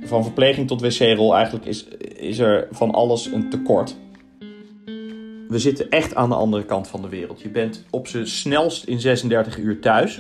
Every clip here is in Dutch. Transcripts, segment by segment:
van verpleging tot wc-rol. Eigenlijk is er van alles een tekort. We zitten echt aan de andere kant van de wereld. Je bent op z'n snelst in 36 uur thuis.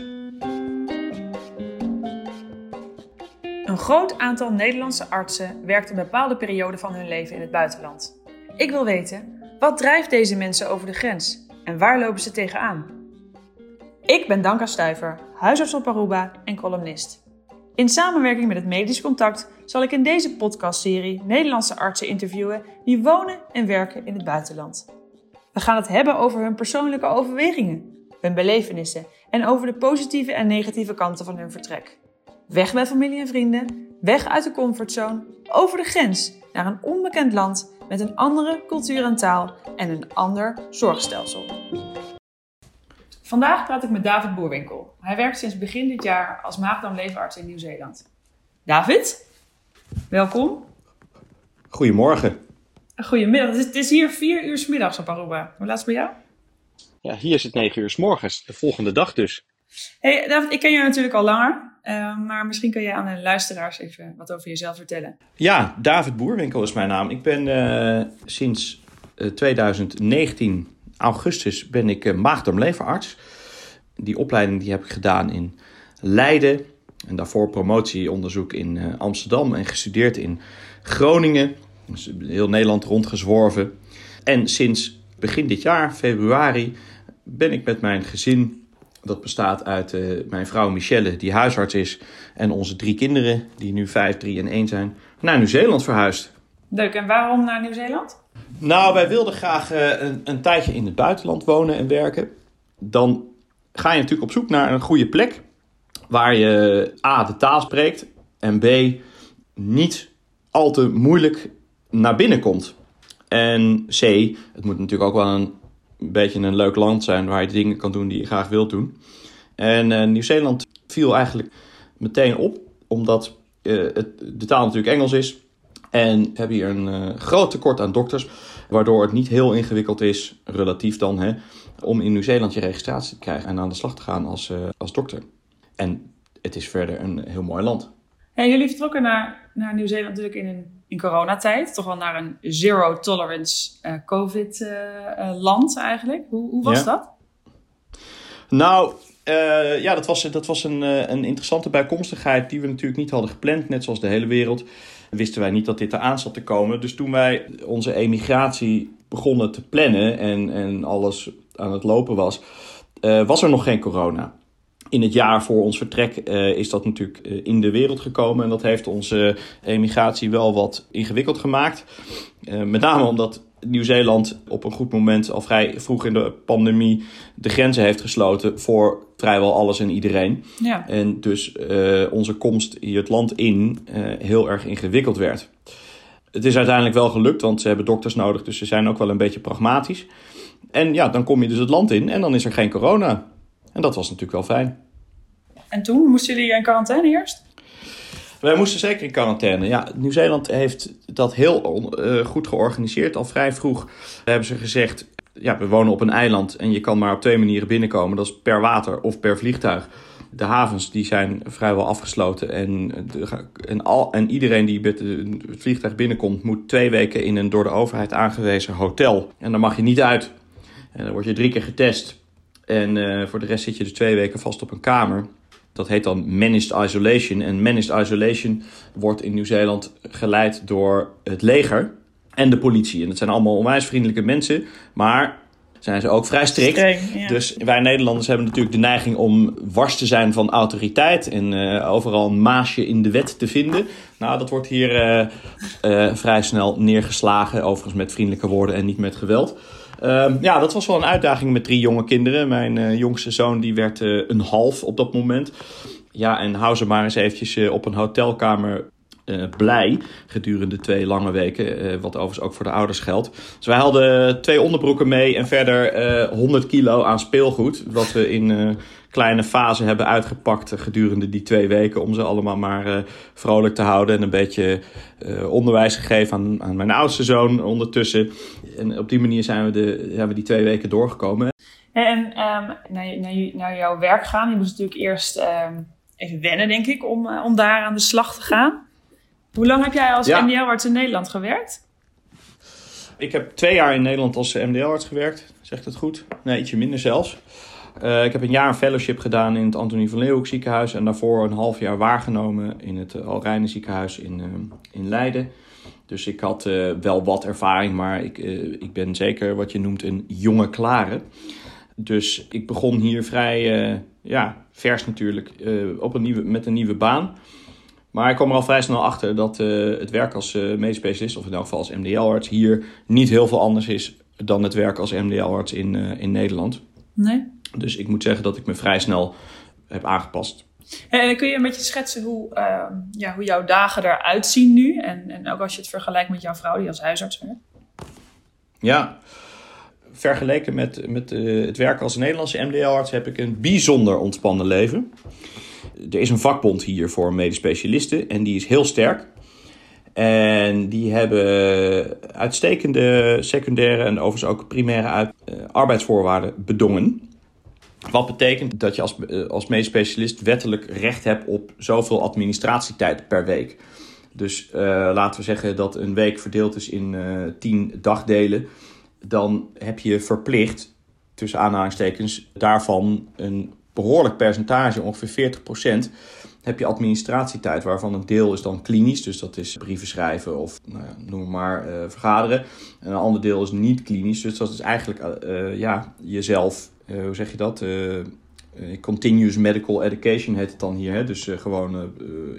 Een groot aantal Nederlandse artsen werkt een bepaalde periode van hun leven in het buitenland. Ik wil weten, wat drijft deze mensen over de grens en waar lopen ze tegenaan? Ik ben Danka Stuyver, huisarts op Aruba en columnist. In samenwerking met het Medisch Contact zal ik in deze podcastserie Nederlandse artsen interviewen die wonen en werken in het buitenland. We gaan het hebben over hun persoonlijke overwegingen, hun belevenissen en over de positieve en negatieve kanten van hun vertrek. Weg bij familie en vrienden, weg uit de comfortzone, over de grens naar een onbekend land met een andere cultuur en taal en een ander zorgstelsel. Vandaag praat ik met David Boerwinkel. Hij werkt sinds begin dit jaar als maag-darm-leverarts in Nieuw-Zeeland. David, welkom. Goedemorgen. Goedemiddag. Het is hier 4 uur 's middags op Aruba. Hoe laat is het bij jou? Ja, hier is het 9 uur 's morgens, de volgende dag dus. Hey David, ik ken jou natuurlijk al langer, maar misschien kun jij aan de luisteraars even wat over jezelf vertellen. Ja, David Boerwinkel is mijn naam. Ik ben sinds 2019, augustus, ben ik maag-darm-leverarts. Die opleiding die heb ik gedaan in Leiden en daarvoor promotieonderzoek in Amsterdam en gestudeerd in Groningen. Dus heel Nederland rondgezworven. En sinds begin dit jaar, februari, ben ik met mijn gezin, dat bestaat uit mijn vrouw Michelle, die huisarts is, en onze 3 kinderen, die nu 5, 3 en 1 zijn, naar Nieuw-Zeeland verhuisd. Leuk, en waarom naar Nieuw-Zeeland? Nou, wij wilden graag een tijdje in het buitenland wonen en werken. Dan ga je natuurlijk op zoek naar een goede plek waar je A, de taal spreekt en B, niet al te moeilijk naar binnen komt. En C, het moet natuurlijk ook wel een beetje een leuk land zijn waar je de dingen kan doen die je graag wilt doen. En Nieuw-Zeeland viel eigenlijk meteen op, omdat de taal natuurlijk Engels is. En we hebben hier een groot tekort aan dokters, waardoor het niet heel ingewikkeld is, relatief dan, om in Nieuw-Zeeland je registratie te krijgen en aan de slag te gaan als dokter. En het is verder een heel mooi land. Ja, jullie vertrokken naar Nieuw-Zeeland natuurlijk in coronatijd. Toch wel naar een zero tolerance COVID land eigenlijk. Hoe was dat? Nou, dat was een interessante bijkomstigheid die we natuurlijk niet hadden gepland. Net zoals de hele wereld wisten wij niet dat dit eraan zat te komen. Dus toen wij onze emigratie begonnen te plannen en alles aan het lopen was er nog geen corona. In het jaar voor ons vertrek is dat natuurlijk in de wereld gekomen. En dat heeft onze emigratie wel wat ingewikkeld gemaakt. Met name omdat Nieuw-Zeeland op een goed moment al vrij vroeg in de pandemie de grenzen heeft gesloten voor vrijwel alles en iedereen. Ja. En dus onze komst hier het land in heel erg ingewikkeld werd. Het is uiteindelijk wel gelukt, want ze hebben dokters nodig. Dus ze zijn ook wel een beetje pragmatisch. En ja, dan kom je dus het land in en dan is er geen corona. En dat was natuurlijk wel fijn. En toen moesten jullie in quarantaine eerst? Wij moesten zeker in quarantaine. Ja, Nieuw-Zeeland heeft dat heel goed georganiseerd. Al vrij vroeg hebben ze gezegd, ja, we wonen op een eiland en je kan maar op 2 manieren binnenkomen. Dat is per water of per vliegtuig. De havens die zijn vrijwel afgesloten en iedereen die met het vliegtuig binnenkomt moet 2 weken in een door de overheid aangewezen hotel. En dan mag je niet uit. En dan word je 3 keer getest. En voor de rest zit je dus 2 weken vast op een kamer. Dat heet dan managed isolation. En managed isolation wordt in Nieuw-Zeeland geleid door het leger en de politie. En dat zijn allemaal onwijs vriendelijke mensen, maar zijn ze ook vrij strikt. Ja. Dus wij Nederlanders hebben natuurlijk de neiging om wars te zijn van autoriteit en overal een maasje in de wet te vinden. Nou, dat wordt hier vrij snel neergeslagen, overigens met vriendelijke woorden en niet met geweld. Dat was wel een uitdaging met 3 jonge kinderen. Mijn jongste zoon die werd 1,5 op dat moment. Ja, en hou ze maar eens eventjes op een hotelkamer blij gedurende 2 lange weken. Wat overigens ook voor de ouders geldt. Dus wij hadden 2 onderbroeken mee en verder 100 kilo aan speelgoed. Wat we in kleine fasen hebben uitgepakt gedurende die 2 weken. Om ze allemaal maar vrolijk te houden. En een beetje onderwijs gegeven aan mijn oudste zoon ondertussen. En op die manier zijn we die 2 weken doorgekomen. En naar jouw werk gaan. Je moest natuurlijk eerst even wennen, denk ik, om daar aan de slag te gaan. Hoe lang heb jij als Ja. MDL-arts in Nederland gewerkt? Ik heb 2 jaar in Nederland als MDL-arts gewerkt. Zegt het goed? Nee, ietsje minder zelfs. Ik heb een jaar een fellowship gedaan in het Antonie van Leeuwenhoek ziekenhuis. En daarvoor een half jaar waargenomen in het Al Reine ziekenhuis in Leiden. Dus ik had wel wat ervaring, maar ik ben zeker wat je noemt een jonge klare. Dus ik begon hier vrij vers natuurlijk met een nieuwe baan. Maar ik kwam er al vrij snel achter dat het werk als medisch specialist, of in elk geval als MDL-arts, hier niet heel veel anders is dan het werk als MDL-arts in Nederland. Nee. Dus ik moet zeggen dat ik me vrij snel heb aangepast. En dan kun je een beetje schetsen hoe jouw dagen eruit zien nu. En ook als je het vergelijkt met jouw vrouw die als huisarts werkt. Ja, vergeleken met het werk als Nederlandse MDL-arts heb ik een bijzonder ontspannen leven. Er is een vakbond hier voor medisch specialisten en die is heel sterk. En die hebben uitstekende secundaire en overigens ook primaire arbeidsvoorwaarden bedongen. Wat betekent dat je als medisch specialist wettelijk recht hebt op zoveel administratietijd per week. Dus laten we zeggen dat een week verdeeld is in 10 dagdelen. Dan heb je verplicht, tussen aanhalingstekens, daarvan een behoorlijk percentage, ongeveer 40%, heb je administratietijd, waarvan een deel is dan klinisch. Dus dat is brieven schrijven of noem maar vergaderen. En een ander deel is niet klinisch. Dus dat is eigenlijk jezelf, hoe zeg je dat? Continuous medical education heet het dan hier. Hè? Dus gewoon,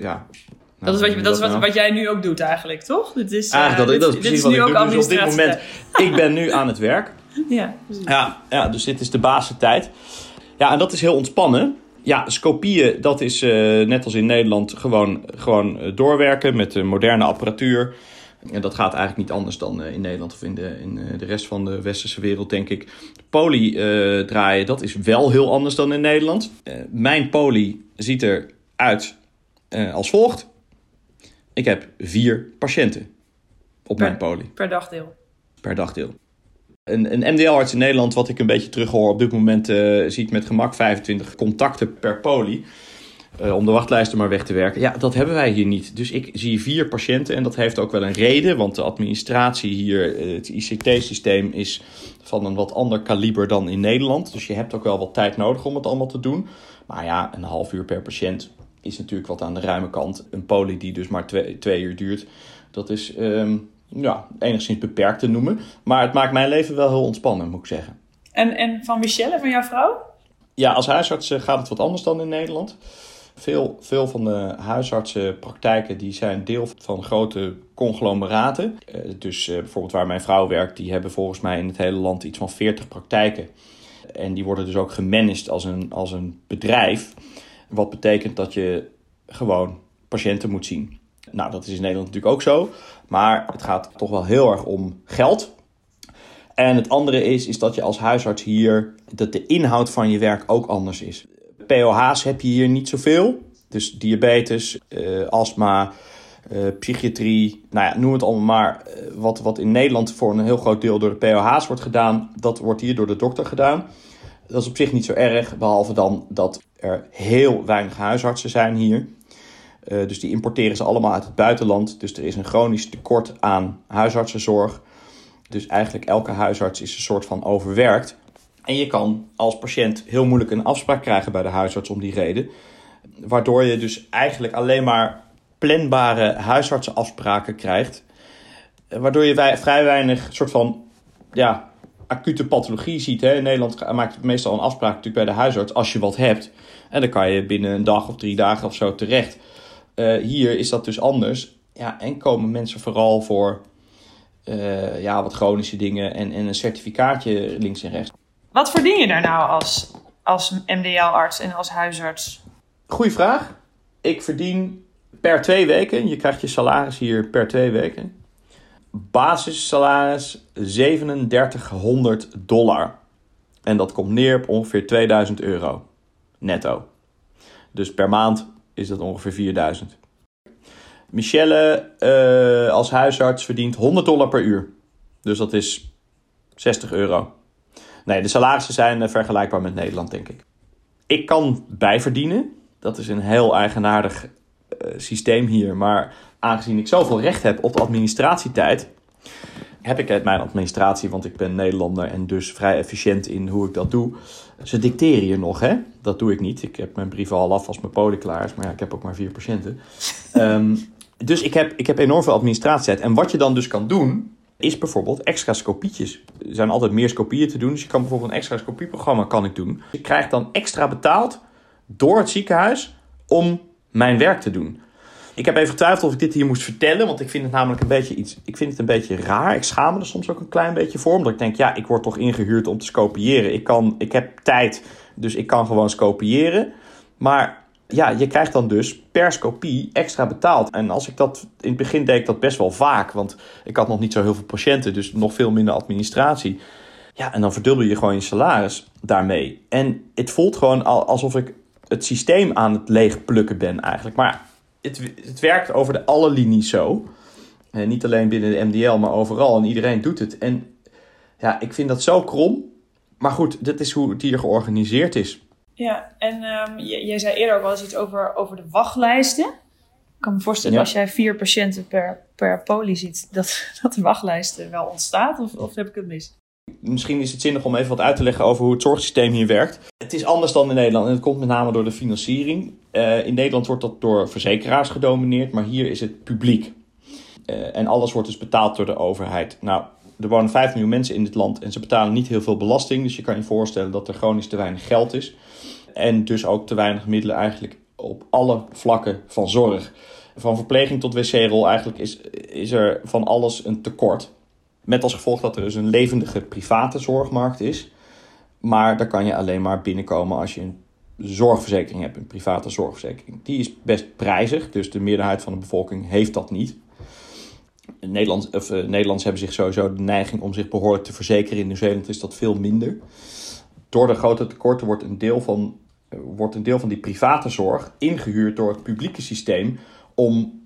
Dat is wat jij nu ook doet eigenlijk, toch? Dit is, dat is precies wat ik doe. Dus op dit moment, ik ben nu aan het werk. Ja, precies. Ja, dus dit is de basistijd. Ja, en dat is heel ontspannen. Ja, scopieën, dat is net als in Nederland gewoon doorwerken met moderne apparatuur. En dat gaat eigenlijk niet anders dan in Nederland of in de rest van de westerse wereld, denk ik. Poli draaien, dat is wel heel anders dan in Nederland. Mijn poli ziet eruit als volgt. Ik heb 4 patiënten op mijn poli. Per dagdeel. Per dagdeel. Een MDL-arts in Nederland, wat ik een beetje terughoor op dit moment, ziet met gemak 25 contacten per poli. Om de wachtlijsten maar weg te werken. Ja, dat hebben wij hier niet. Dus ik zie 4 patiënten en dat heeft ook wel een reden. Want de administratie hier, het ICT-systeem is van een wat ander kaliber dan in Nederland. Dus je hebt ook wel wat tijd nodig om het allemaal te doen. Maar ja, een half uur per patiënt is natuurlijk wat aan de ruime kant. Een poli die dus maar 2 uur duurt, dat is enigszins beperkt te noemen. Maar het maakt mijn leven wel heel ontspannen, moet ik zeggen. En van Michelle, van jouw vrouw? Ja, als huisarts gaat het wat anders dan in Nederland. Veel van de huisartsenpraktijken die zijn deel van grote conglomeraten. Dus bijvoorbeeld waar mijn vrouw werkt, die hebben volgens mij in het hele land iets van 40 praktijken. En die worden dus ook gemanaged als een bedrijf. Wat betekent dat je gewoon patiënten moet zien. Nou, dat is in Nederland natuurlijk ook zo. Maar het gaat toch wel heel erg om geld. En het andere is dat je als huisarts hier, dat de inhoud van je werk ook anders is. POH's heb je hier niet zoveel. Dus diabetes, astma, psychiatrie, noem het allemaal maar. Wat in Nederland voor een heel groot deel door de POH's wordt gedaan, dat wordt hier door de dokter gedaan. Dat is op zich niet zo erg, behalve dan dat er heel weinig huisartsen zijn hier. Dus die importeren ze allemaal uit het buitenland. Dus er is een chronisch tekort aan huisartsenzorg. Dus eigenlijk elke huisarts is een soort van overwerkt. En je kan als patiënt heel moeilijk een afspraak krijgen bij de huisarts om die reden. Waardoor je dus eigenlijk alleen maar planbare huisartsenafspraken krijgt. Waardoor je vrij weinig soort van acute pathologie ziet. Hè? In Nederland maak je meestal een afspraak natuurlijk bij de huisarts als je wat hebt. En dan kan je binnen een dag of 3 dagen of zo terecht. Hier is dat dus anders. Ja, en komen mensen vooral voor wat chronische dingen en een certificaatje links en rechts. Wat verdien je daar nou als MDL-arts en als huisarts? Goeie vraag. Ik verdien per 2 weken, je krijgt je salaris hier per 2 weken. Basissalaris $3700. En dat komt neer op ongeveer €2000 netto. Dus per maand is dat ongeveer $4000. Michelle als huisarts verdient $100 per uur. Dus dat is €60. Nee, de salarissen zijn vergelijkbaar met Nederland, denk ik. Ik kan bijverdienen. Dat is een heel eigenaardig systeem hier. Maar aangezien ik zoveel recht heb op de administratietijd, heb ik uit mijn administratie, want ik ben Nederlander en dus vrij efficiënt in hoe ik dat doe. Ze dicteren hier nog, hè? Dat doe ik niet. Ik heb mijn brieven al af als mijn poli klaar is, maar ja, ik heb ook maar 4 patiënten. Dus ik heb enorm veel administratietijd. En wat je dan dus kan doen, is bijvoorbeeld extra scopietjes. Er zijn altijd meer scopieën te doen, dus je kan bijvoorbeeld een extra scopieprogramma kan ik doen. Je krijgt dan extra betaald door het ziekenhuis om mijn werk te doen. Ik heb even getwijfeld of ik dit hier moest vertellen, want ik vind het namelijk ik vind het een beetje raar. Ik schaam me er soms ook een klein beetje voor, omdat ik denk, ja, ik word toch ingehuurd om te scopiëren. Ik heb tijd, dus ik kan gewoon scopiëren. Maar ja, je krijgt dan dus per scopie extra betaald. En als ik dat, in het begin deed ik dat best wel vaak, want ik had nog niet zo heel veel patiënten, dus nog veel minder administratie. Ja, en dan verdubbel je gewoon je salaris daarmee. En het voelt gewoon alsof ik het systeem aan het leegplukken ben eigenlijk. Maar het werkt over alle linies zo. Niet alleen binnen de MDL, maar overal. En iedereen doet het. En ja, ik vind dat zo krom. Maar goed, dat is hoe het hier georganiseerd is. Ja, en jij zei eerder ook wel eens iets over de wachtlijsten. Ik kan me voorstellen, als jij 4 patiënten per poli ziet, dat de wachtlijsten wel ontstaat. Of heb ik het mis? Misschien is het zinnig om even wat uit te leggen over hoe het zorgsysteem hier werkt. Het is anders dan in Nederland en het komt met name door de financiering. In Nederland wordt dat door verzekeraars gedomineerd, maar hier is het publiek. En alles wordt dus betaald door de overheid. Nou, er wonen 5 miljoen mensen in dit land en ze betalen niet heel veel belasting. Dus je kan je voorstellen dat er chronisch te weinig geld is. En dus ook te weinig middelen eigenlijk op alle vlakken van zorg. Van verpleging tot wc-rol eigenlijk is er van alles een tekort. Met als gevolg dat er dus een levendige private zorgmarkt is. Maar daar kan je alleen maar binnenkomen als je een zorgverzekering hebt, een private zorgverzekering. Die is best prijzig, dus de meerderheid van de bevolking heeft dat niet. Nederlanders hebben zich sowieso de neiging om zich behoorlijk te verzekeren. In Nieuw-Zeeland is dat veel minder. Door de grote tekorten wordt een deel van die private zorg ingehuurd door het publieke systeem om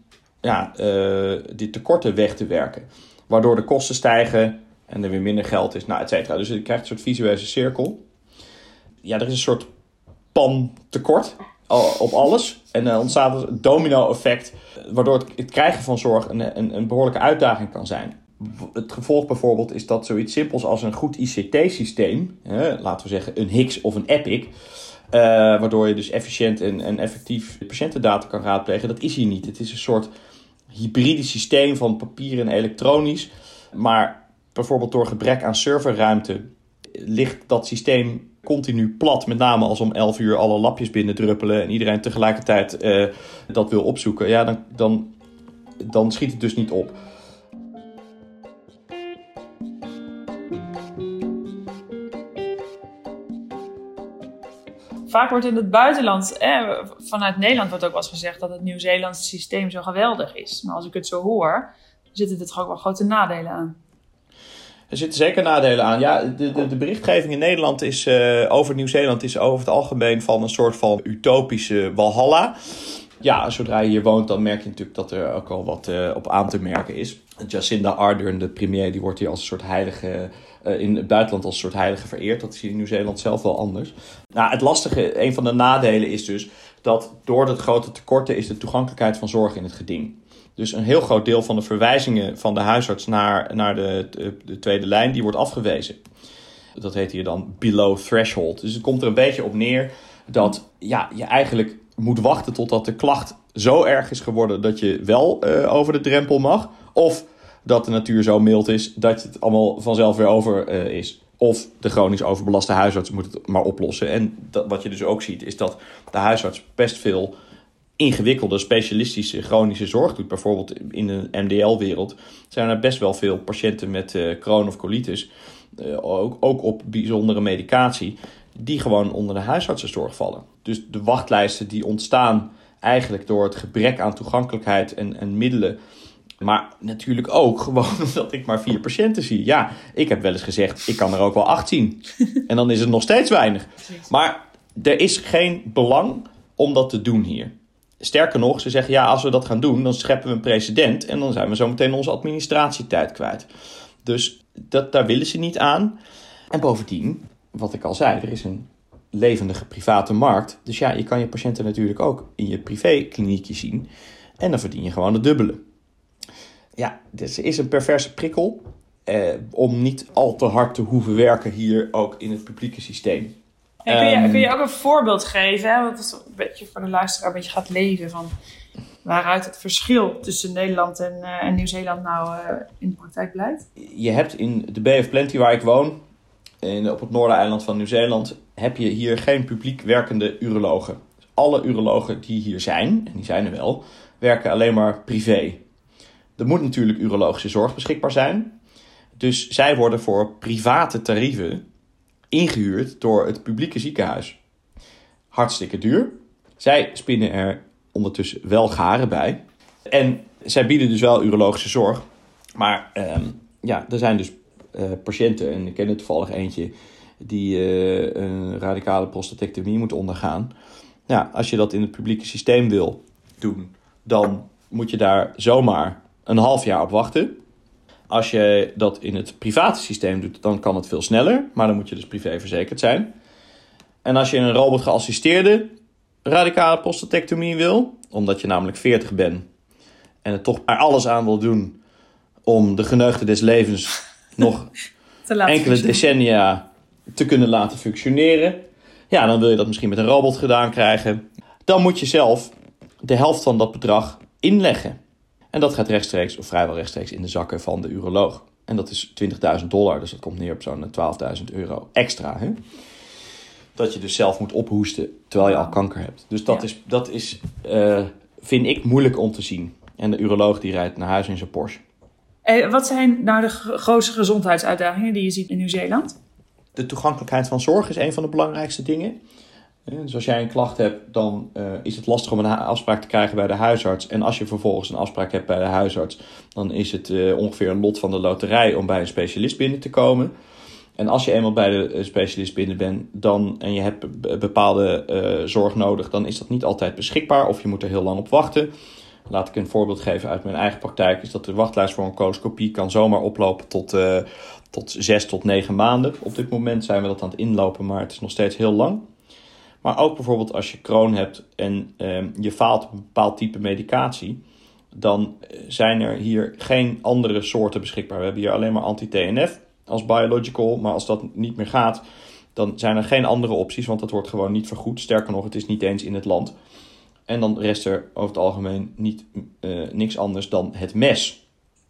die tekorten weg te werken. Waardoor de kosten stijgen en er weer minder geld is, et cetera. Dus je krijgt een soort visuele cirkel. Ja, er is een soort pan-tekort op alles. En dan ontstaat een domino-effect, waardoor het krijgen van zorg een behoorlijke uitdaging kan zijn. Het gevolg bijvoorbeeld is dat zoiets simpels als een goed ICT-systeem, laten we zeggen een HIX of een EPIC, waardoor je dus efficiënt en effectief patiëntendata kan raadplegen, dat is hier niet. Het is een soort hybride systeem van papier en elektronisch. Maar bijvoorbeeld door gebrek aan serverruimte ligt dat systeem continu plat. Met name als om 11 uur alle lapjes binnendruppelen en iedereen tegelijkertijd dat wil opzoeken. Ja, dan schiet het dus niet op. Vaak wordt in het buitenland, vanuit Nederland wordt ook wel eens gezegd dat het Nieuw-Zeelandse systeem zo geweldig is. Maar als ik het zo hoor, zitten er toch ook wel grote nadelen aan. Er zitten zeker nadelen aan. Ja, de berichtgeving in Nederland is over Nieuw-Zeeland is over het algemeen van een soort van utopische walhalla. Ja, zodra je hier woont, dan merk je natuurlijk dat er ook al wat op aan te merken is. Jacinda Ardern, de premier, die wordt hier als een soort heilige, in het buitenland als een soort heilige vereerd. Dat is hier in Nieuw-Zeeland zelf wel anders. Nou, het lastige, een van de nadelen is dus dat door dat grote tekorten is de toegankelijkheid van zorg in het geding. Dus een heel groot deel van de verwijzingen van de huisarts naar de tweede lijn, die wordt afgewezen. Dat heet hier dan below threshold. Dus het komt er een beetje op neer dat je eigenlijk moet wachten totdat de klacht zo erg is geworden dat je wel over de drempel mag. Of dat de natuur zo mild is dat het allemaal vanzelf weer over is. Of de chronisch overbelaste huisarts moet het maar oplossen. En wat je dus ook ziet is dat de huisarts best veel ingewikkelde specialistische chronische zorg doet. Bijvoorbeeld in de MDL-wereld zijn er best wel veel patiënten met Crohn of colitis, ook op bijzondere medicatie, die gewoon onder de huisartsenzorg vallen. Dus de wachtlijsten die ontstaan eigenlijk door het gebrek aan toegankelijkheid en middelen. Maar natuurlijk ook gewoon omdat ik maar 4 patiënten zie. Ja, ik heb wel eens gezegd, ik kan er ook wel 8 zien. En dan is het nog steeds weinig. Maar er is geen belang om dat te doen hier. Sterker nog, ze zeggen, als we dat gaan doen, dan scheppen we een precedent en dan zijn we zo meteen onze administratietijd kwijt. Dus daar willen ze niet aan. En bovendien, wat ik al zei, er is een levendige private markt. Dus ja, je kan je patiënten natuurlijk ook in je privékliniekje zien. En dan verdien je gewoon het dubbele. Ja, dus er is een perverse prikkel om niet al te hard te hoeven werken hier ook in het publieke systeem. En kun je ook een voorbeeld geven, hè? Wat het een beetje voor de luisteraar een beetje gaat leven van waaruit het verschil tussen Nederland en Nieuw-Zeeland nou in de praktijk blijkt? Je hebt in de Bay of Plenty waar ik woon, op het Noordereiland van Nieuw-Zeeland, heb je hier geen publiek werkende urologen. Alle urologen die hier zijn, en die zijn er wel, werken alleen maar privé. Er moet natuurlijk urologische zorg beschikbaar zijn. Dus zij worden voor private tarieven ingehuurd door het publieke ziekenhuis. Hartstikke duur. Zij spinnen er ondertussen wel garen bij. En zij bieden dus wel urologische zorg. Maar er zijn dus patiënten, en ik ken er toevallig eentje, die een radicale prostatectomie moet ondergaan. Ja, als je dat in het publieke systeem wil doen, dan moet je daar zomaar een half jaar op wachten. Als je dat in het private systeem doet, dan kan het veel sneller. Maar dan moet je dus privé verzekerd zijn. En als je een robot geassisteerde radicale prostatectomie wil, omdat je namelijk 40 bent en er toch er alles aan wil doen om de geneugten des levens nog enkele decennia te kunnen laten functioneren. Ja, dan wil je dat misschien met een robot gedaan krijgen. Dan moet je zelf de helft van dat bedrag inleggen. En dat gaat rechtstreeks of vrijwel rechtstreeks in de zakken van de uroloog. En dat is $20.000, dus dat komt neer op zo'n €12.000 extra. Hè? Dat je dus zelf moet ophoesten terwijl je al kanker hebt. Dus dat is vind ik moeilijk om te zien. En de uroloog die rijdt naar huis in zijn Porsche. Wat zijn nou de grootste gezondheidsuitdagingen die je ziet in Nieuw-Zeeland? De toegankelijkheid van zorg is een van de belangrijkste dingen. Dus als jij een klacht hebt, dan is het lastig om een afspraak te krijgen bij de huisarts. En als je vervolgens een afspraak hebt bij de huisarts, dan is het ongeveer een lot van de loterij om bij een specialist binnen te komen. En als je eenmaal bij de specialist binnen bent en je hebt bepaalde zorg nodig, dan is dat niet altijd beschikbaar of je moet er heel lang op wachten. Laat ik een voorbeeld geven uit mijn eigen praktijk. Is dat de wachtlijst voor een coloscopie kan zomaar oplopen tot 6 tot 9 maanden. Op dit moment zijn we dat aan het inlopen, maar het is nog steeds heel lang. Maar ook bijvoorbeeld als je Crohn hebt en je faalt op een bepaald type medicatie, dan zijn er hier geen andere soorten beschikbaar. We hebben hier alleen maar anti-TNF als biological, maar als dat niet meer gaat, dan zijn er geen andere opties, want dat wordt gewoon niet vergoed. Sterker nog, het is niet eens in het land. En dan rest er over het algemeen niks anders dan het mes.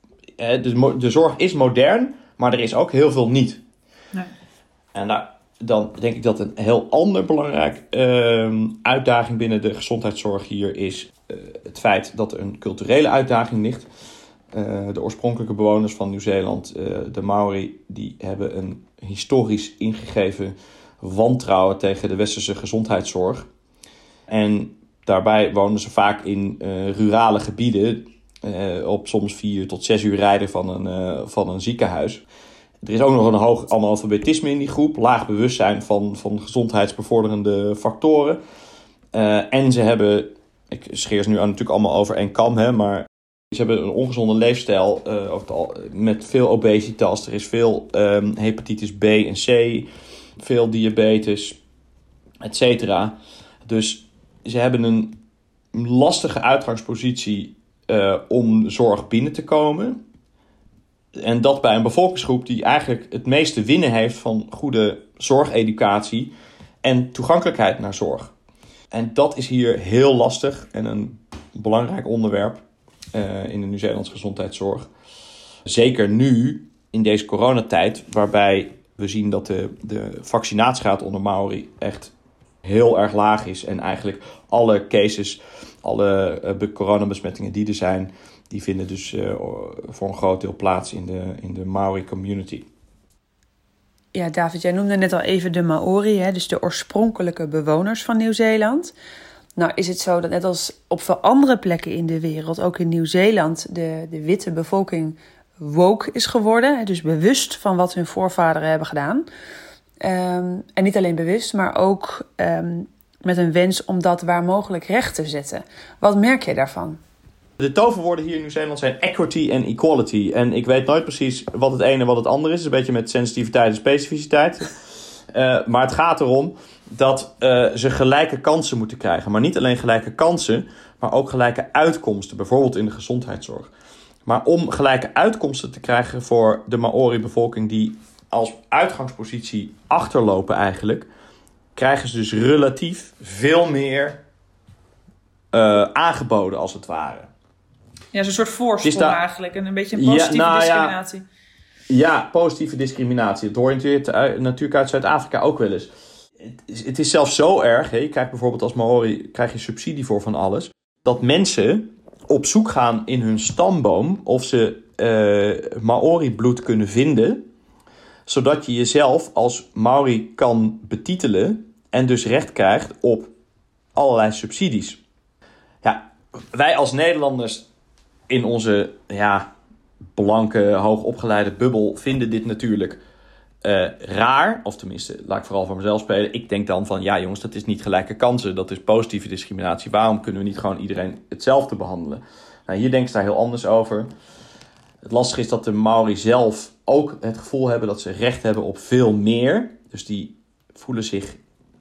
De zorg is modern, maar er is ook heel veel niet. Nee. En dan denk ik dat een heel ander belangrijk uitdaging binnen de gezondheidszorg hier is het feit dat er een culturele uitdaging ligt. De oorspronkelijke bewoners van Nieuw-Zeeland, de Maori, die hebben een historisch ingegeven wantrouwen tegen de westerse gezondheidszorg. En daarbij wonen ze vaak in rurale gebieden, op soms 4 tot 6 uur rijden van een ziekenhuis. Er is ook nog een hoog analfabetisme in die groep, laag bewustzijn van gezondheidsbevorderende factoren. En ze hebben, ik scheer ze nu natuurlijk allemaal over één kam, maar ze hebben een ongezonde leefstijl met veel obesitas. Er is veel hepatitis B en C, veel diabetes, etc. Dus ze hebben een lastige uitgangspositie om zorg binnen te komen. En dat bij een bevolkingsgroep die eigenlijk het meeste winnen heeft van goede zorgeducatie en toegankelijkheid naar zorg. En dat is hier heel lastig en een belangrijk onderwerp in de Nieuw-Zeelandse gezondheidszorg. Zeker nu, in deze coronatijd, waarbij we zien dat de vaccinatiegraad onder Maori echt heel erg laag is. En eigenlijk alle cases, alle coronabesmettingen die er zijn, die vinden dus voor een groot deel plaats in de Maori community. Ja, David, jij noemde net al even de Maori, dus de oorspronkelijke bewoners van Nieuw-Zeeland. Nou is het zo dat net als op veel andere plekken in de wereld, ook in Nieuw-Zeeland, de witte bevolking woke is geworden. Dus bewust van wat hun voorvaderen hebben gedaan. En niet alleen bewust, maar ook met een wens om dat waar mogelijk recht te zetten. Wat merk je daarvan? De toverwoorden hier in Nieuw-Zeeland zijn equity en equality. En ik weet nooit precies wat het ene en wat het andere is. Het is een beetje met sensitiviteit en specificiteit. Maar het gaat erom dat ze gelijke kansen moeten krijgen. Maar niet alleen gelijke kansen, maar ook gelijke uitkomsten. Bijvoorbeeld in de gezondheidszorg. Maar om gelijke uitkomsten te krijgen voor de Maori-bevolking die als uitgangspositie achterlopen eigenlijk, krijgen ze dus relatief veel meer aangeboden als het ware. Ja, zo'n soort voorsprong eigenlijk. En een beetje een positieve discriminatie. Ja, positieve discriminatie. Dat hoor je natuurlijk uit Zuid-Afrika ook wel eens. Het is zelfs zo erg, je krijgt bijvoorbeeld als Maori krijg je subsidie voor van alles, dat mensen op zoek gaan in hun stamboom of ze Maori-bloed kunnen vinden, zodat je jezelf als Maori kan betitelen en dus recht krijgt op allerlei subsidies. Ja, wij als Nederlanders in onze blanke, hoogopgeleide bubbel vinden dit natuurlijk raar. Of tenminste, laat ik vooral voor mezelf spelen. Ik denk dan van, ja jongens, dat is niet gelijke kansen. Dat is positieve discriminatie. Waarom kunnen we niet gewoon iedereen hetzelfde behandelen? Nou, hier denken ze daar heel anders over. Het lastige is dat de Maori zelf ook het gevoel hebben dat ze recht hebben op veel meer. Dus die voelen zich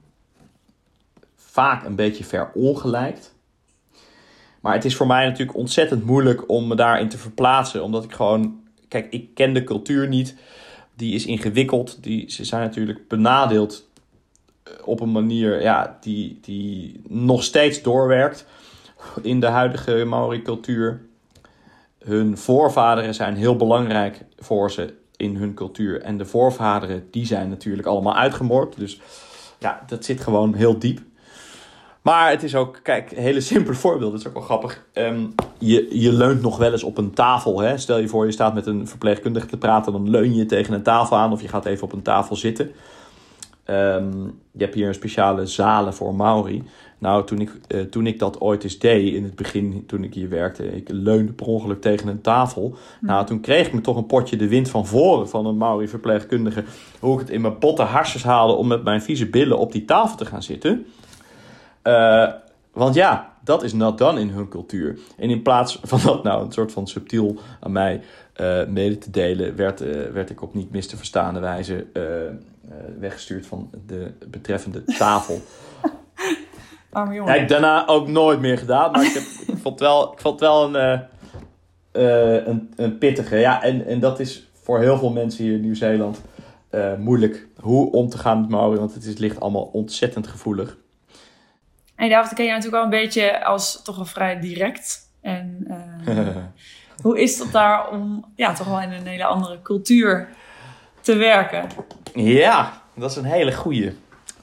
vaak een beetje verongelijkt. Maar het is voor mij natuurlijk ontzettend moeilijk om me daarin te verplaatsen. Omdat ik gewoon, kijk, ik ken de cultuur niet. Die is ingewikkeld. Ze zijn natuurlijk benadeeld op een manier die nog steeds doorwerkt in de huidige Maori-cultuur. Hun voorvaderen zijn heel belangrijk voor ze in hun cultuur. En de voorvaderen, die zijn natuurlijk allemaal uitgemoord. Dus ja, dat zit gewoon heel diep. Maar het is ook, kijk, een hele simpele voorbeeld. Het is ook wel grappig. Je leunt nog wel eens op een tafel. Hè? Stel je voor, je staat met een verpleegkundige te praten. Dan leun je tegen een tafel aan of je gaat even op een tafel zitten. Je hebt hier een speciale zalen voor Maori. Nou, toen ik dat ooit eens deed, in het begin toen ik hier werkte. Ik leunde per ongeluk tegen een tafel. Nou, toen kreeg ik me toch een potje de wind van voren van een Maori verpleegkundige. Hoe ik het in mijn botte harsjes haalde om met mijn vieze billen op die tafel te gaan zitten. Want ja, dat is not done in hun cultuur. En in plaats van dat nou een soort van subtiel aan mij mede te delen, werd ik op niet mis te verstaande wijze weggestuurd van de betreffende tafel. Arme jongen. Dat heb ik daarna ook nooit meer gedaan, maar ik vond het wel een pittige. Ja, en dat is voor heel veel mensen hier in Nieuw-Zeeland moeilijk hoe om te gaan met Maori, want het ligt allemaal ontzettend gevoelig. En David, ken je natuurlijk wel een beetje als toch wel vrij direct. En hoe is het daar om toch wel in een hele andere cultuur te werken? Ja, dat is een hele goeie.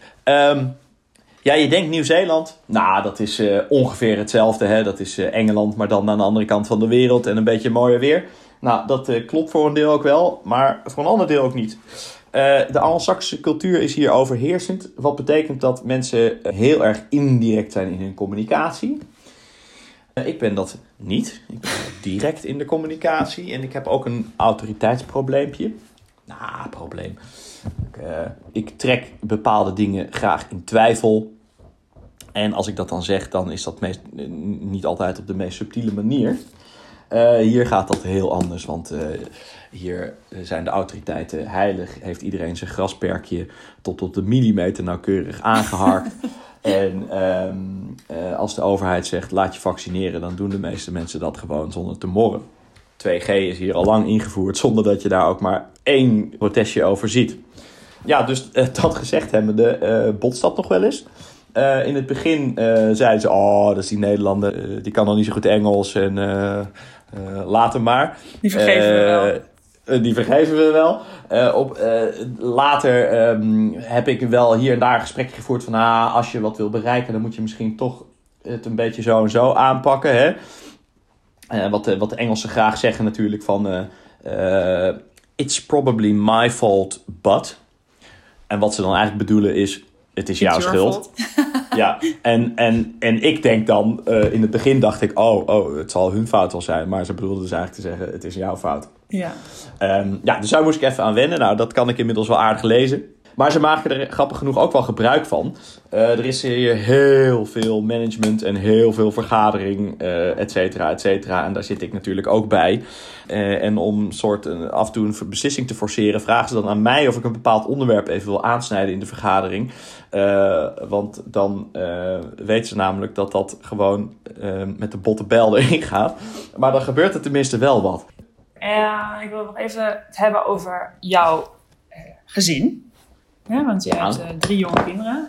Je denkt Nieuw-Zeeland. Nou, dat is ongeveer hetzelfde. Hè? Dat is Engeland, maar dan aan de andere kant van de wereld en een beetje mooier weer. Nou, dat klopt voor een deel ook wel, maar voor een ander deel ook niet. De Anglo-Saxische cultuur is hier overheersend. Wat betekent dat mensen heel erg indirect zijn in hun communicatie. Ik ben dat niet. Ik ben direct in de communicatie. En ik heb ook een autoriteitsprobleempje. Probleem. Ik trek bepaalde dingen graag in twijfel. En als ik dat dan zeg, dan is dat niet altijd op de meest subtiele manier. Hier gaat dat heel anders, want hier zijn de autoriteiten heilig. Heeft iedereen zijn grasperkje tot op de millimeter nauwkeurig aangeharkt. En als de overheid zegt, laat je vaccineren, dan doen de meeste mensen dat gewoon zonder te morren. 2G is hier al lang ingevoerd, zonder dat je daar ook maar één protestje over ziet. Ja, dus dat gezegd hebbende, botst dat nog wel eens. In het begin zeiden ze, dat is die Nederlander, die kan nog niet zo goed Engels en laat hem maar. Die vergeven we wel. Die vergeven we wel. Later heb ik wel hier en daar een gesprekje gevoerd van, als je wat wil bereiken, dan moet je misschien toch het een beetje zo en zo aanpakken. Hè? Wat de Engelsen graag zeggen natuurlijk van, it's probably my fault, but. En wat ze dan eigenlijk bedoelen is, het is jouw schuld. Ja, en ik denk dan, in het begin dacht ik, het zal hun fout wel zijn. Maar ze bedoelden dus eigenlijk te zeggen, het is jouw fout. Ja. Dus daar moest ik even aan wennen. Nou, dat kan ik inmiddels wel aardig lezen. Maar ze maken er grappig genoeg ook wel gebruik van. Er is hier heel veel management en heel veel vergadering, et cetera, et cetera. En daar zit ik natuurlijk ook bij. En om af en toe een beslissing te forceren, vragen ze dan aan mij of ik een bepaald onderwerp even wil aansnijden in de vergadering. Want dan weten ze namelijk dat gewoon met de botte bel erin gaat. Maar dan gebeurt er tenminste wel wat. Ik wil nog even het hebben over jouw gezin. Ja, want je hebt 3 jonge kinderen.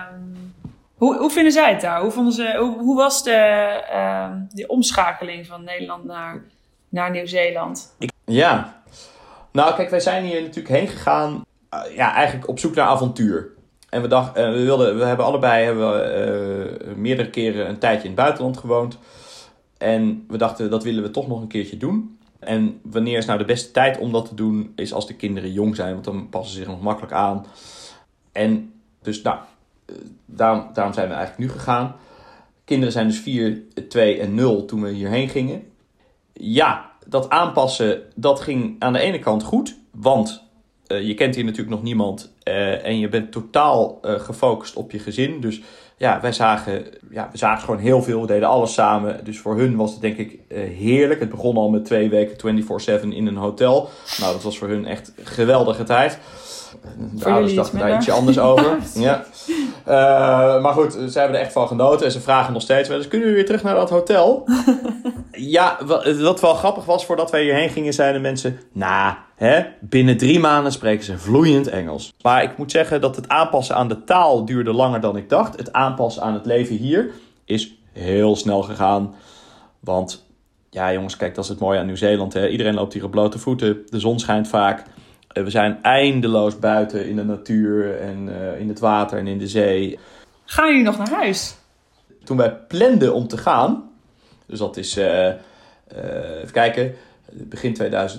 Hoe vinden zij het daar? Hoe was de omschakeling van Nederland naar Nieuw-Zeeland? Ja, nou kijk, wij zijn hier natuurlijk heen gegaan. Eigenlijk op zoek naar avontuur. En we dachten, we hebben allebei meerdere keren een tijdje in het buitenland gewoond. En we dachten, dat willen we toch nog een keertje doen. En wanneer is nou de beste tijd om dat te doen, is als de kinderen jong zijn. Want dan passen ze zich nog makkelijk aan. En dus daarom zijn we eigenlijk nu gegaan. Kinderen zijn dus 4, 2 en 0 toen we hierheen gingen. Ja, dat aanpassen, dat ging aan de ene kant goed. Want je kent hier natuurlijk nog niemand. En je bent totaal gefocust op je gezin. Dus ja, we zagen gewoon heel veel. We deden alles samen. Dus voor hun was het denk ik heerlijk. Het begon al met 2 weken 24/7 in een hotel. Nou, dat was voor hun echt een geweldige tijd. De ouders dachten daar ietsje anders over. Ja. Maar goed, ze hebben er echt van genoten. En ze vragen nog steeds wel eens, kunnen we weer terug naar dat hotel? Ja, wat wel grappig was, voordat wij hierheen gingen, zeiden mensen, binnen 3 maanden spreken ze vloeiend Engels. Maar ik moet zeggen dat het aanpassen aan de taal duurde langer dan ik dacht. Het aanpassen aan het leven hier is heel snel gegaan. Want ja jongens, kijk, dat is het mooie aan Nieuw-Zeeland. Hè? Iedereen loopt hier op blote voeten. De zon schijnt vaak. We zijn eindeloos buiten in de natuur en in het water en in de zee. Gaan jullie nog naar huis? Toen wij planden om te gaan, dus dat is, even kijken, begin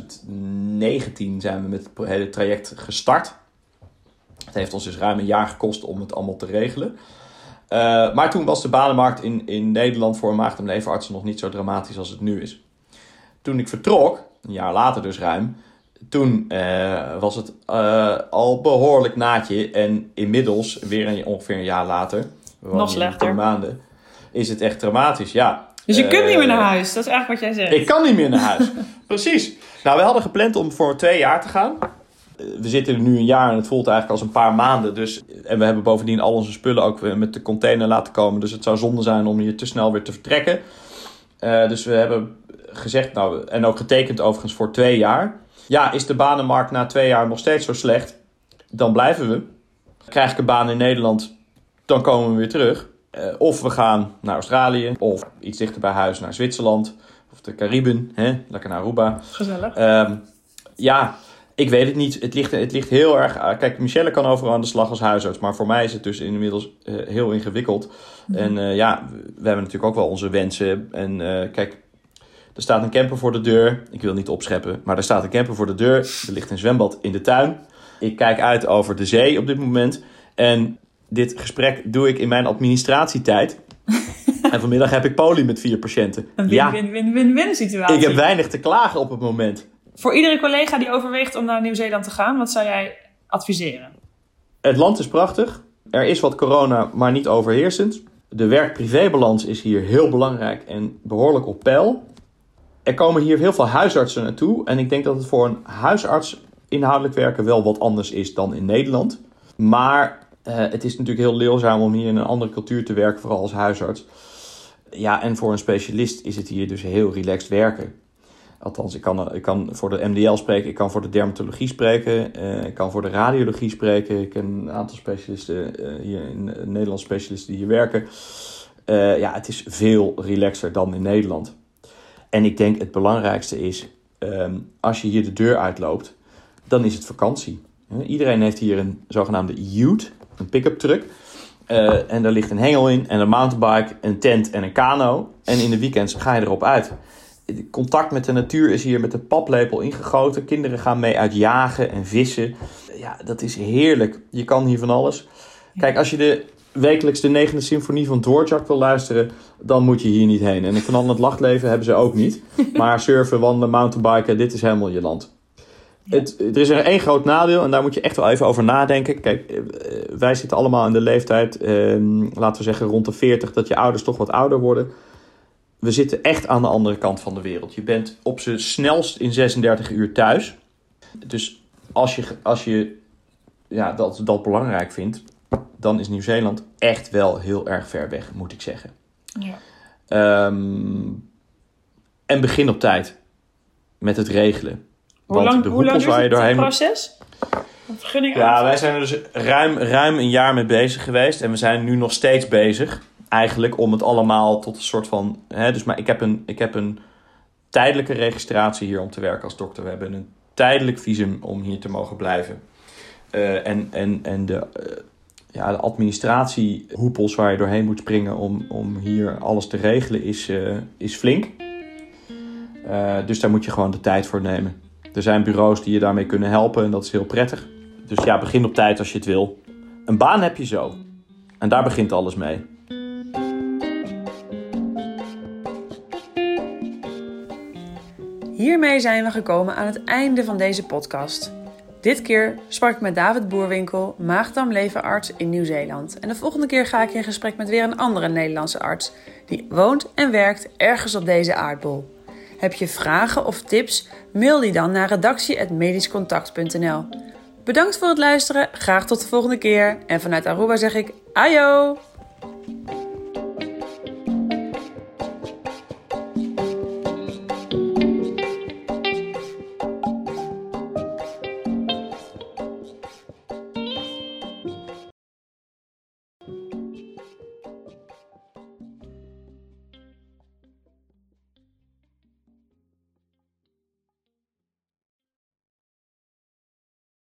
2019 zijn we met het hele traject gestart. Het heeft ons dus ruim een jaar gekost om het allemaal te regelen. Maar toen was de banenmarkt in Nederland voor maagd- en leverartsen nog niet zo dramatisch als het nu is. Toen ik vertrok, een jaar later dus ruim, toen was het al behoorlijk naadje. En inmiddels, weer ongeveer een jaar later, nog slechter, 10 maanden, is het echt dramatisch. Ja. Dus je kunt niet meer naar huis, dat is eigenlijk wat jij zegt. Ik kan niet meer naar huis, precies. Nou, we hadden gepland om voor 2 jaar te gaan. We zitten er nu een jaar en het voelt eigenlijk als een paar maanden. Dus, en we hebben bovendien al onze spullen ook met de container laten komen. Dus het zou zonde zijn om hier te snel weer te vertrekken. Dus we hebben gezegd, en ook getekend overigens voor 2 jaar. Ja, is de banenmarkt na 2 jaar nog steeds zo slecht? Dan blijven we. Krijg ik een baan in Nederland, dan komen we weer terug. Of we gaan naar Australië, of iets dichter bij huis naar Zwitserland. Of de Cariben, lekker naar Aruba. Gezellig. Ja, ik weet het niet. Het ligt heel erg... Kijk, Michelle kan overal aan de slag als huisarts. Maar voor mij is het dus inmiddels heel ingewikkeld. En we hebben natuurlijk ook wel onze wensen. En kijk, er staat een camper voor de deur. Ik wil niet opscheppen, maar er staat een camper voor de deur. Er ligt een zwembad in de tuin. Ik kijk uit over de zee op dit moment. En dit gesprek doe ik in mijn administratietijd. En vanmiddag heb ik poli met 4 patiënten. Een win-win-win-win situatie. Ik heb weinig te klagen op het moment. Voor iedere collega die overweegt om naar Nieuw-Zeeland te gaan, wat zou jij adviseren? Het land is prachtig. Er is wat corona, maar niet overheersend. De werk-privébalans is hier heel belangrijk en behoorlijk op peil. Er komen hier heel veel huisartsen naartoe. En ik denk dat het voor een huisarts inhoudelijk werken wel wat anders is dan in Nederland. Maar het is natuurlijk heel leerzaam om hier in een andere cultuur te werken, vooral als huisarts. Ja, en voor een specialist is het hier dus heel relaxed werken. Althans, ik kan voor de MDL spreken, ik kan voor de dermatologie spreken, ik kan voor de radiologie spreken. Ik ken een aantal specialisten hier in Nederlandse specialisten die hier werken. Het is veel relaxer dan in Nederland. En ik denk het belangrijkste is, als je hier de deur uitloopt, dan is het vakantie. Iedereen heeft hier een zogenaamde ute, een pick-up truck. En daar ligt een hengel in en een mountainbike, een tent en een kano. En in de weekends ga je erop uit. Contact met de natuur is hier met de paplepel ingegoten. Kinderen gaan mee uit jagen en vissen. Ja, dat is heerlijk. Je kan hier van alles. Kijk, als je wekelijks de 9e symfonie van Dvorak wil luisteren, dan moet je hier niet heen. En Van Al het Nachtleven hebben ze ook niet. Maar surfen, wandelen, mountainbiken, dit is helemaal je land. Er is er één groot nadeel en daar moet je echt wel even over nadenken. Kijk, wij zitten allemaal in de leeftijd, laten we zeggen rond de 40, dat je ouders toch wat ouder worden. We zitten echt aan de andere kant van de wereld. Je bent op z'n snelst in 36 uur thuis. Dus als je dat belangrijk vindt, dan is Nieuw-Zeeland echt wel heel erg ver weg, moet ik zeggen. Ja. En begin op tijd met het regelen. Hoe lang duurt het proces? Ja, wij zijn er dus ruim een jaar mee bezig geweest. En we zijn nu nog steeds bezig. Eigenlijk om het allemaal tot een soort van... Maar ik heb een tijdelijke registratie hier om te werken als dokter. We hebben een tijdelijk visum om hier te mogen blijven. En de administratiehoepels waar je doorheen moet springen om hier alles te regelen is flink. Dus daar moet je gewoon de tijd voor nemen. Er zijn bureaus die je daarmee kunnen helpen en dat is heel prettig. Dus ja, begin op tijd als je het wil. Een baan heb je zo. En daar begint alles mee. Hiermee zijn we gekomen aan het einde van deze podcast. Dit keer sprak ik met David Boerwinkel, maag-darm-leverarts in Nieuw-Zeeland. En de volgende keer ga ik in gesprek met weer een andere Nederlandse arts die woont en werkt ergens op deze aardbol. Heb je vragen of tips? Mail die dan naar redactie@medischcontact.nl. Bedankt voor het luisteren, graag tot de volgende keer. En vanuit Aruba zeg ik ajo!